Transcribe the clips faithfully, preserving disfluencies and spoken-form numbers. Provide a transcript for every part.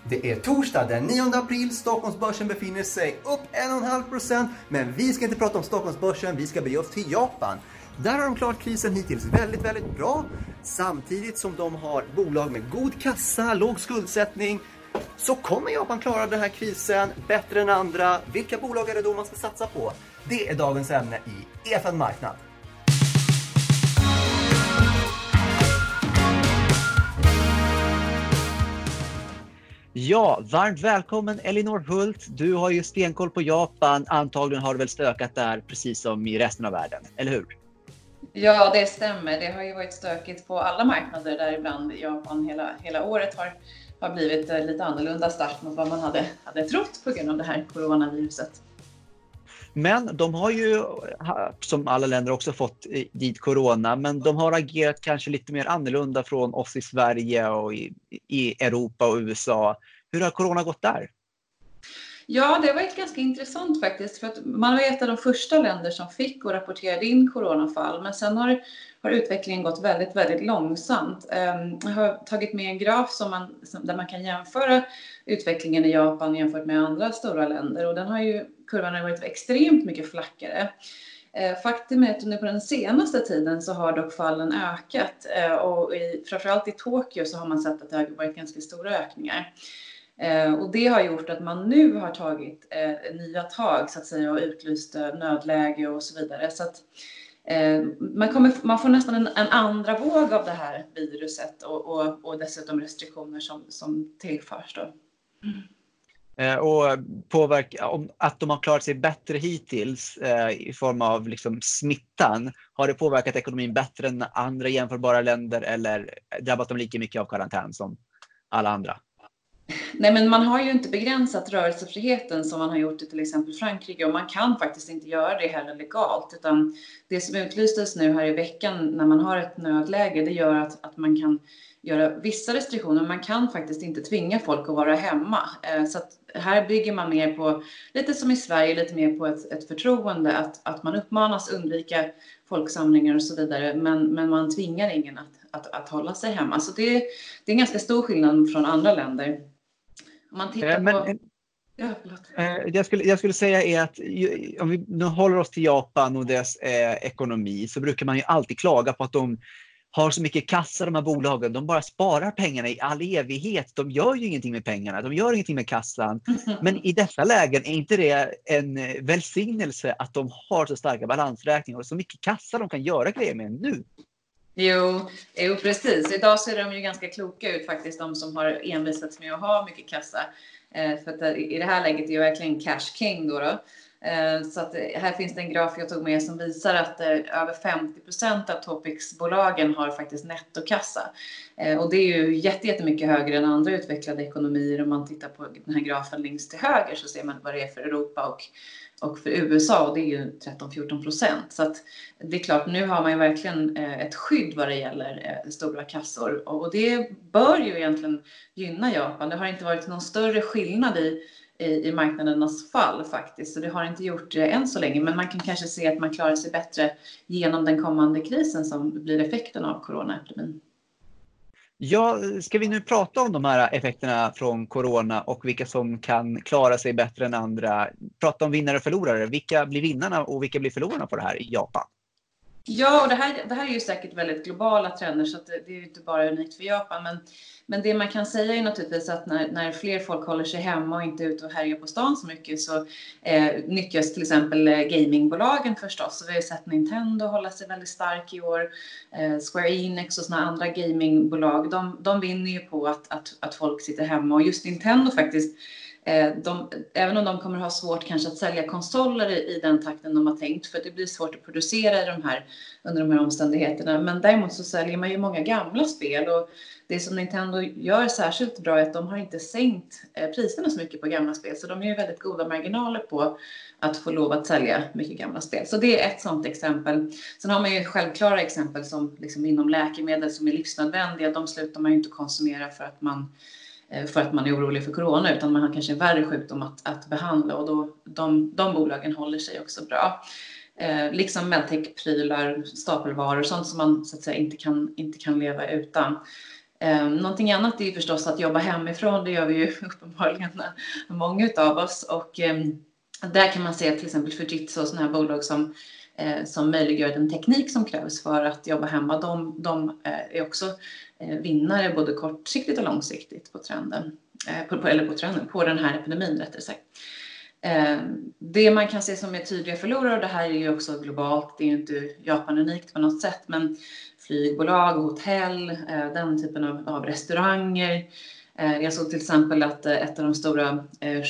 Det är torsdag den nionde april, Stockholmsbörsen befinner sig upp en komma fem procent. Men vi ska inte prata om Stockholmsbörsen, vi ska bege oss till Japan. Där har de klarat krisen hittills väldigt, väldigt bra. Samtidigt som de har bolag med god kassa, låg skuldsättning. Så kommer Japan klara den här krisen bättre än andra. Vilka bolag är det då man ska satsa på? Det är dagens ämne i E F N Marknad. Ja, varmt välkommen Elinor Hult. Du har ju stenkoll på Japan. Antagligen har du väl stökat där precis som i resten av världen, eller hur? Ja, det stämmer. Det har ju varit stökigt på alla marknader där ibland Japan hela, hela året har, har blivit lite annorlunda start mot vad man hade, hade trott på grund av det här coronaviruset. Men de har ju, som alla länder, också fått dit corona. Men de har agerat kanske lite mer annorlunda från oss i Sverige och i, i Europa och U S A. Hur har corona gått där? Ja, det har varit ganska intressant faktiskt. För att man var ett av de första länder som fick och rapporterade in coronafall. Men sen har, har utvecklingen gått väldigt, väldigt långsamt. Jag har tagit med en graf som man, där man kan jämföra utvecklingen i Japan jämfört med andra stora länder. Och den har ju, kurvan har varit extremt mycket flackare. Faktum är att nu på den senaste tiden så har dock fallen ökat. Och i, framförallt i Tokyo så har man sett att det har varit ganska stora ökningar. Eh, och det har gjort att man nu har tagit eh, nya tag så att säga och utlyst eh, nödläge och så vidare. Så att eh, man, kommer, man får nästan en, en andra våg av det här viruset och, och, och dessutom restriktioner som, som tillförs då. Mm. Eh, och påverka, om, att de har klarat sig bättre hittills eh, i form av liksom, smittan. Har det påverkat ekonomin bättre än andra jämförbara länder eller drabbat de lika mycket av karantän som alla andra? Nej, men man har ju inte begränsat rörelsefriheten som man har gjort i till exempel Frankrike, och man kan faktiskt inte göra det heller legalt, utan det som utlystes nu här i veckan när man har ett nödläge, det gör att, att man kan göra vissa restriktioner. Man kan faktiskt inte tvinga folk att vara hemma, så att här bygger man mer på, lite som i Sverige, lite mer på ett, ett förtroende att, att man uppmanas undvika folksamlingar och så vidare, men, men man tvingar ingen att, att, att hålla sig hemma. Så det, det är en ganska stor skillnad från andra länder. Om man tittar Men, på... Ja, jag, skulle, jag skulle säga är att om vi nu håller oss till Japan och dess eh, ekonomi, så brukar man ju alltid klaga på att de har så mycket kassa, de här bolagen. De bara sparar pengarna i all evighet. De gör ju ingenting med pengarna. De gör ingenting med kassan. Men i dessa lägen är inte det en välsignelse att de har så starka balansräkningar och så mycket kassa de kan göra grejer med nu? Jo, jo, precis. Idag ser de ju ganska kloka ut faktiskt, de som har envisats med att ha mycket kassa. Eh, för att i det här läget är ju verkligen cash king då. då. Eh, så att här finns det en graf jag tog med som visar att eh, över femtio procent av Topix-bolagen har faktiskt nettokassa. Eh, och det är ju jätte, jättemycket högre än andra utvecklade ekonomier. Om man tittar på den här grafen längst till höger så ser man vad det är för Europa och Och för U S A, och det är ju tretton till fjorton procent. Så att det är klart, nu har man ju verkligen ett skydd vad det gäller stora kassor. Och det bör ju egentligen gynna Japan. Det har inte varit någon större skillnad i, i, i marknadernas fall faktiskt. Så det har inte gjort det än så länge. Men man kan kanske se att man klarar sig bättre genom den kommande krisen som blir effekten av coronaepidemin. Ja, ska vi nu prata om de här effekterna från corona och vilka som kan klara sig bättre än andra? Prata om vinnare och förlorare. Vilka blir vinnarna och vilka blir förlorarna på det här i Japan? Ja, och det här, det här är ju säkert väldigt globala trender, så att det, det är ju inte bara unikt för Japan. Men, men det man kan säga är naturligtvis att när, när fler folk håller sig hemma och inte ute och härjar på stan så mycket, så eh, nyttjas till exempel eh, gamingbolagen förstås. Så vi har sett Nintendo hålla sig väldigt stark i år. Eh, Square Enix och såna andra gamingbolag, de, de vinner ju på att, att, att folk sitter hemma. Och just Nintendo faktiskt, De, även om de kommer ha svårt kanske att sälja konsoler i, i den takten de har tänkt, för det blir svårt att producera i de här, under de här omständigheterna, men däremot så säljer man ju många gamla spel, och det som Nintendo gör särskilt bra är att de har inte sänkt eh, priserna så mycket på gamla spel, så de gör väldigt goda marginaler på att få lov att sälja mycket gamla spel. Så det är ett sådant exempel. Sen har man ju självklara exempel som liksom inom läkemedel som är livsnödvändiga. De slutar man ju inte konsumera för att man för att man är orolig för corona, utan man har kanske en värre sjukdom att, att behandla, och då de, de bolagen håller sig också bra. Eh, liksom medtech-prylar, stapelvaror, sånt som man så att säga inte kan, inte kan leva utan. Eh, någonting annat är ju förstås att jobba hemifrån. Det gör vi ju uppenbarligen många av oss. Och eh, där kan man se till exempel Fujitsu och sådana här bolag som, eh, som möjliggör den teknik som krävs för att jobba hemma. De, de eh, är också eh, vinnare både kortsiktigt och långsiktigt på trenden. Eh, på, på, eller på trenden, på den här epidemin rättare sagt. Eh, det man kan se som är tydliga förlorare, och det här är ju också globalt, det är ju inte Japan unikt på något sätt, men flygbolag, hotell, eh, den typen av, av restauranger. Eh, jag såg till exempel att eh, ett av de stora eh,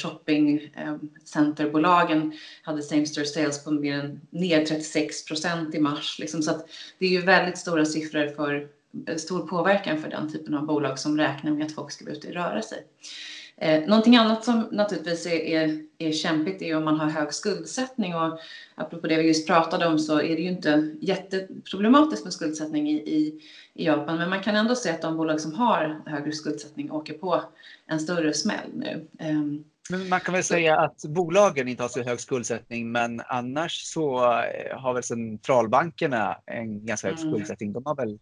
shoppingcenterbolagen hade same store sales på mer än ner trettiosex procent i mars. Liksom, så att det är ju väldigt stora siffror för stor påverkan för den typen av bolag som räknar med att folk ska ut och röra sig. Eh, någonting annat som naturligtvis är, är, är kämpigt är om man har hög skuldsättning, och apropå det vi just pratade om så är det ju inte jätteproblematiskt med skuldsättning i, i, i Japan, men man kan ändå se att de bolag som har högre skuldsättning åker på en större smäll nu. Eh, Men man kan väl säga att bolagen inte har så hög skuldsättning, men annars så har väl centralbankerna en ganska hög Mm. skuldsättning. De har väl...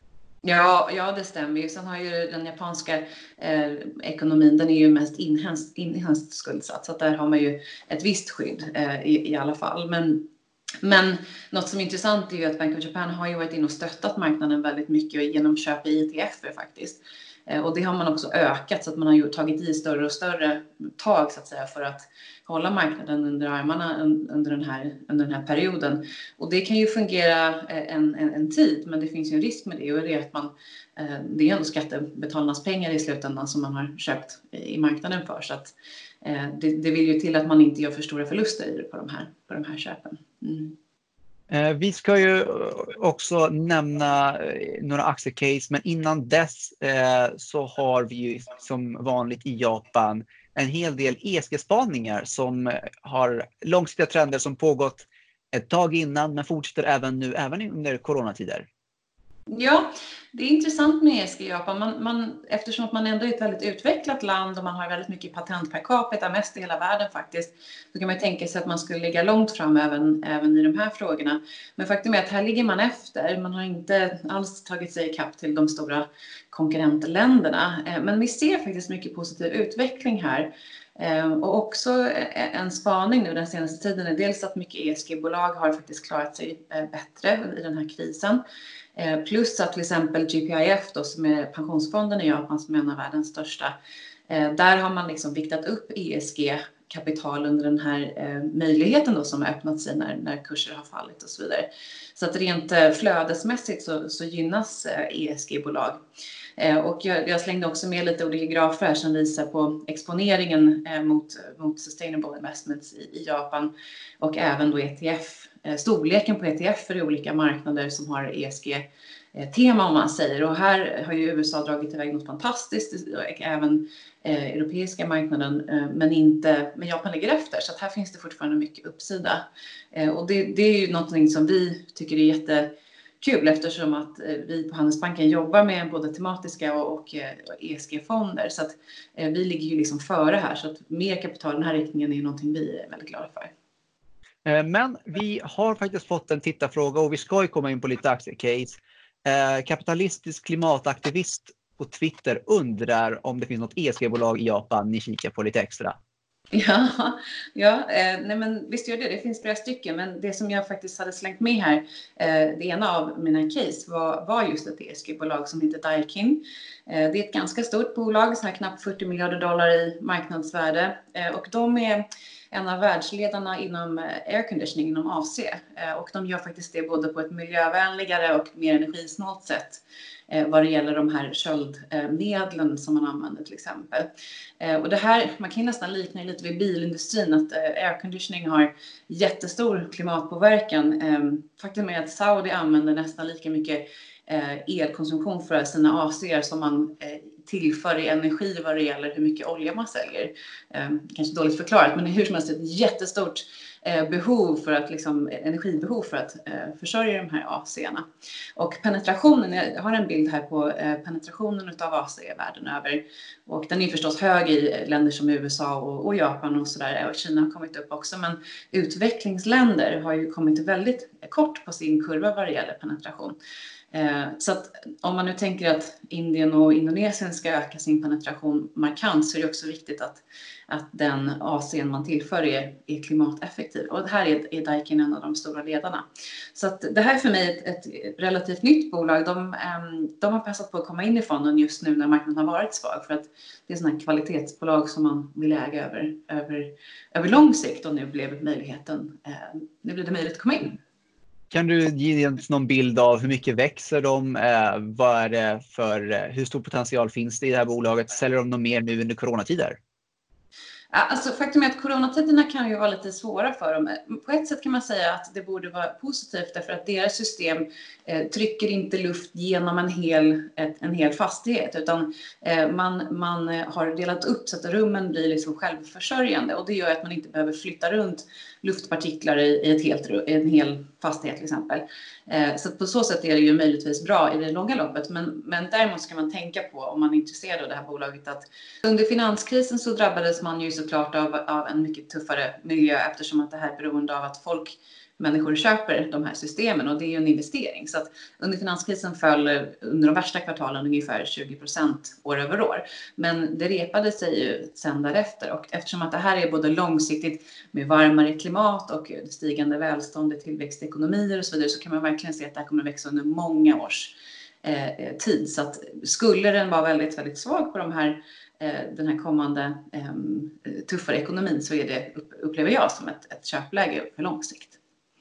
Ja, ja, det stämmer ju. Sen har ju den japanska eh, ekonomin, den är ju mest inhemskt, inhemskt skuldsatt. Så att där har man ju ett visst skydd eh, i, i alla fall. Men, men något som är intressant är ju att Bank of Japan har ju varit in och stöttat marknaden väldigt mycket genom köp i E T F faktiskt. Eh, och det har man också ökat, så att man har ju tagit i större och större tag så att säga för att hålla marknaden under armarna under den här, under den här perioden. Och det kan ju fungera en, en, en tid, men det finns ju en risk med det. Och det är att man, det är ändå skattebetalarnas pengar i slutändan som man har köpt i marknaden för. Så att det, det vill ju till att man inte gör för stora förluster på de här, på de här köpen. Mm. Vi ska ju också nämna några aktiecase, men innan dess så har vi ju som vanligt i Japan en hel del E S G-spaningar som har långsiktiga trender som pågått ett tag innan men fortsätter även nu, även under coronatider. Ja, det är intressant med E S G i Japan. Man, man, eftersom att man ändå är ett väldigt utvecklat land och man har väldigt mycket patent per capita, mest i hela världen faktiskt, så kan man tänka sig att man skulle ligga långt fram även, även i de här frågorna. Men faktum är att här ligger man efter. Man har inte alls tagit sig ikapp till de stora konkurrentländerna. Men vi ser faktiskt mycket positiv utveckling här. Och också en spaning nu den senaste tiden är dels att mycket E S G-bolag har faktiskt klarat sig bättre i den här krisen. Plus att till exempel G P I F då, som är pensionsfonden i Japan som är en av världens största. Där har man liksom viktat upp E S G-kapital under den här möjligheten då som har öppnat sig när, när kurser har fallit och så vidare. Så att rent flödesmässigt så, så gynnas E S G-bolag. Och jag, jag slängde också med lite olika grafer här som visar på exponeringen mot, mot sustainable investments i, i Japan och även då E T F. Storleken på E T F för olika marknader som har E S G-tema om man säger. Och här har ju U S A dragit iväg något fantastiskt, även eh, europeiska marknaden, eh, men, inte, men Japan ligger efter. Så att här finns det fortfarande mycket uppsida. Eh, och det, det är ju någonting som vi tycker är jättekul eftersom att eh, vi på Handelsbanken jobbar med både tematiska och, och eh, E S G-fonder. Så att eh, vi ligger ju liksom före här, så att mer kapital i den här riktningen är ju någonting vi är väldigt glada för. Men vi har faktiskt fått en tittarfråga och vi ska ju komma in på lite aktiecase. Eh, kapitalistisk klimataktivist på Twitter undrar om det finns något E S G-bolag i Japan ni kikar på lite extra. Ja, ja eh, nej men visst gör det. Det finns flera stycken, men det som jag faktiskt hade slängt med här, eh, det ena av mina case var, var just ett E S G-bolag som heter Daikin. Eh, det är ett ganska stort bolag, så här knappt fyrtio miljarder dollar i marknadsvärde, eh, och de är en av världsledarna inom airconditioning inom A C, och de gör faktiskt det både på ett miljövänligare och mer energisnålt sätt vad det gäller de här köldmedlen som man använder till exempel. Och det här, man kan nästan likna lite vid bilindustrin, att airconditioning har jättestor klimatpåverkan. Faktum är att Saudi använder nästan lika mycket elkonsumtion för sina A C:ar som man tillför i energi vad det gäller hur mycket olja man säljer. Kanske dåligt förklarat, men det är hur som helst ett jättestort behov för att liksom, energibehov för att försörja de här A C:arna. Och penetrationen, jag har en bild här på penetrationen av A C världen över. Och den är förstås hög i länder som U S A och, och Japan och sådär. Och Kina har kommit upp också, men utvecklingsländer har ju kommit väldigt kort på sin kurva vad det gäller penetration. Så att om man nu tänker att Indien och Indonesien ska öka sin penetration markant, så är det också viktigt att, att den A C:n man tillför är, är klimateffektiv. Och här är, är Daikin en av de stora ledarna. Så att det här är för mig ett, ett relativt nytt bolag. De, de har passat på att komma in i fonden just nu när marknaden har varit svag, för att det är sådana kvalitetsbolag som man vill äga över, över, över lång sikt, och nu blev möjligheten, nu blev det möjligt att komma in. Kan du ge någon bild av hur mycket växer de? Eh, vad är det för, hur stor potential finns det i det här bolaget? Säljer de något mer nu under coronatider? Alltså, faktum är att coronatiderna kan ju vara lite svåra för dem. På ett sätt kan man säga att det borde vara positivt, därför att deras system eh, trycker inte luft genom en hel, ett, en hel fastighet, utan eh, man, man har delat upp så att rummen blir liksom självförsörjande, och det gör att man inte behöver flytta runt luftpartiklar i, i, ett helt, i en hel fastighet till exempel. Eh, så på så sätt är det ju möjligtvis bra i det långa loppet, men, men däremot ska man tänka på, om man är intresserad av det här bolaget, att under finanskrisen så drabbades man ju såklart av, av en mycket tuffare miljö, eftersom att det här är beroende av att folk, människor köper de här systemen, och det är ju en investering. Så att under finanskrisen föll under de värsta kvartalen ungefär tjugo procent år över år. Men det repade sig ju sen därefter, och eftersom att det här är både långsiktigt med varmare klimat och stigande välstånd i tillväxtekonomier och så vidare, så kan man verkligen se att det här kommer att växa under många års eh, tid. Så att skulle den vara väldigt, väldigt svag på de här den här kommande eh, tuffare ekonomin, så är det, upplever jag, som ett, ett köpläge för lång sikt.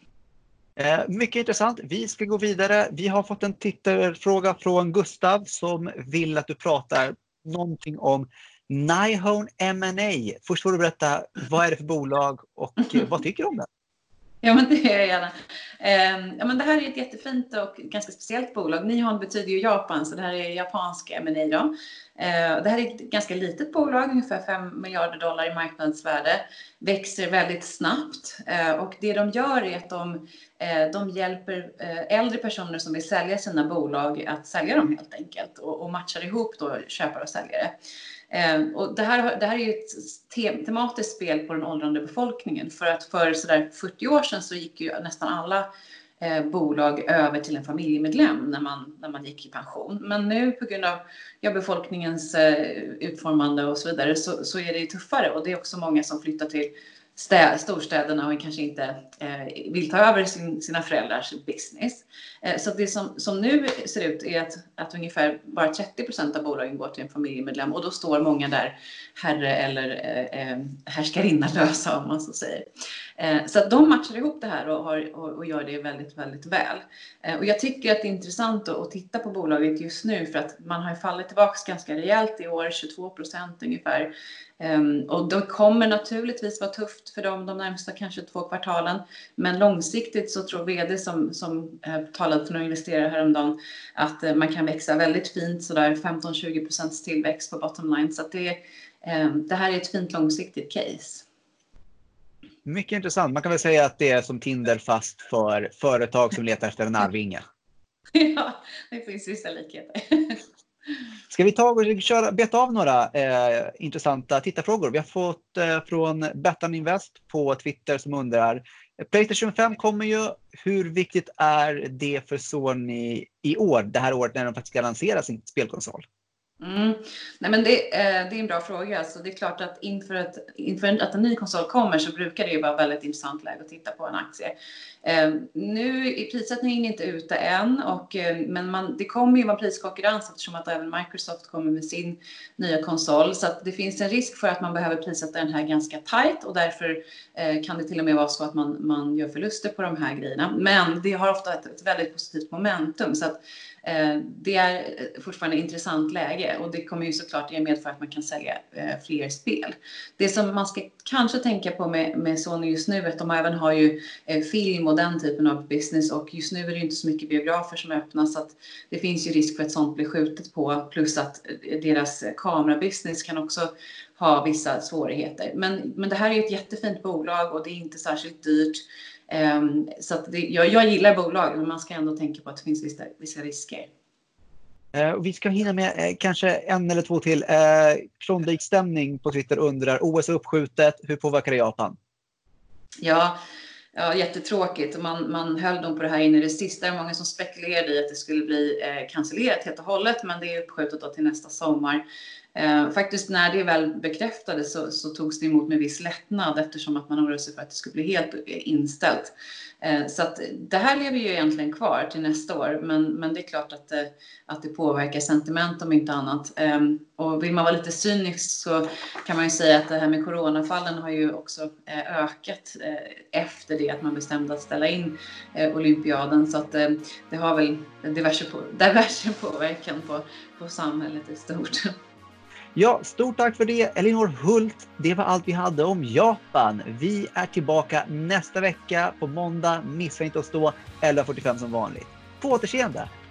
Eh, mycket intressant. Vi ska gå vidare. Vi har fått en tittarfråga från Gustav som vill att du pratar någonting om Nihon M and A. Först får du berätta, vad är det för bolag och vad tycker du om det? Ja, men det gör jag gärna. Eh, ja, men det här är ett jättefint och ganska speciellt bolag. Nihon betyder ju Japan, så det här är japanska M and A då. Eh, det här är ett ganska litet bolag, ungefär fem miljarder dollar i marknadsvärde. Växer väldigt snabbt, eh, och det de gör är att de, eh, de hjälper eh, äldre personer som vill sälja sina bolag att sälja dem helt enkelt, och, och matchar ihop då köpare och säljare. Eh, och det, här, det här är ju ett te- tematiskt spel på den åldrande befolkningen, för att för sådär fyrtio år sedan så gick ju nästan alla eh, bolag över till en familjemedlem när man, när man gick i pension. Men nu på grund av ja, befolkningens eh, utformande och så vidare, så, så är det tuffare, och det är också många som flyttar till stä- storstäderna och kanske inte eh, vill ta över sin, sina föräldrars business. Eh, så det som, som nu ser ut är att, att ungefär bara trettio procent av bolagen går till en familjemedlem, och då står många där herre eller eh, härskarinna lösa, om man så säger. Eh, så att de matchar ihop det här och, har, och, och gör det väldigt, väldigt väl. Eh, och jag tycker att det är intressant att, att titta på bolaget just nu, för att man har fallit tillbaka ganska rejält i år, tjugotvå procent ungefär. Um, och det kommer naturligtvis vara tufft för dem de närmsta kanske två kvartalen, men långsiktigt så tror vd som, som eh, talade för några investerare häromdagen att eh, man kan växa väldigt fint, sådär femton till tjugo procent tillväxt på bottom line, så att det, eh, det här är ett fint långsiktigt case. Mycket intressant. Man kan väl säga att det är som Tinder fast för företag som letar efter en arvinge. Ja, det finns vissa likheter. Ska vi ta och köra, beta av några eh, intressanta tittarfrågor? Vi har fått eh, från Bettan Invest på Twitter som undrar: PlayStation fem kommer ju. Hur viktigt är det för Sony i år, det här året när de faktiskt ska lansera sin spelkonsol? Mm. Nej, men det, eh, det är en bra fråga. Alltså, det är klart att inför, ett, inför att en ny konsol kommer så brukar det ju vara väldigt intressant läge att titta på en aktie. Eh, nu är prissättningen inte ute än, och, eh, men man, det kommer ju vara priskonkurrens eftersom att även Microsoft kommer med sin nya konsol. Så att det finns en risk för att man behöver prissätta den här ganska tight, och därför eh, kan det till och med vara så att man, man gör förluster på de här grejerna. Men det har ofta ett, ett väldigt positivt momentum, så att det är fortfarande ett intressant läge, och det kommer ju såklart ge med för att man kan sälja fler spel. Det som man ska kanske tänka på med, med Sony just nu är att de även har ju film och den typen av business, och just nu är det inte så mycket biografer som öppnas, så att det finns ju risk för att sånt blir skjutet på, plus att deras kamerabusiness kan också ha vissa svårigheter. Men, men det här är ju ett jättefint bolag, och det är inte särskilt dyrt. Um, så att det, jag, jag gillar bolag, men man ska ändå tänka på att det finns vissa, vissa risker. Uh, vi ska hinna med uh, kanske en eller två till. Uh, Klondike-stämning på Twitter undrar: O S uppskjutet, hur påverkar det Japan? Ja, Ja, jättetråkigt. Man, man höll dem på det här in i det sista. Det är många som spekulerade i att det skulle bli eh, cancellerat helt och hållet, men det är uppskjutet då till nästa sommar. Eh, faktiskt när det väl bekräftades så, så togs det emot med viss lättnad, eftersom att man oroade sig för att det skulle bli helt inställt. Eh, så att det här lever ju egentligen kvar till nästa år, men, men det är klart att, eh, att det påverkar sentiment om inte annat. Eh, och vill man vara lite cynisk så kan man ju säga att det här med coronafallen har ju också eh, ökat eh, efter det att man bestämde att ställa in eh, olympiaden. Så att eh, det har väl diverse, på, diverse påverkan på, på samhället i stort. Ja, stort tack för det, Elinor Hult. Det var allt vi hade om Japan. Vi är tillbaka nästa vecka på måndag. Missa inte oss då, elva fyrtiofem som vanligt. På återseende!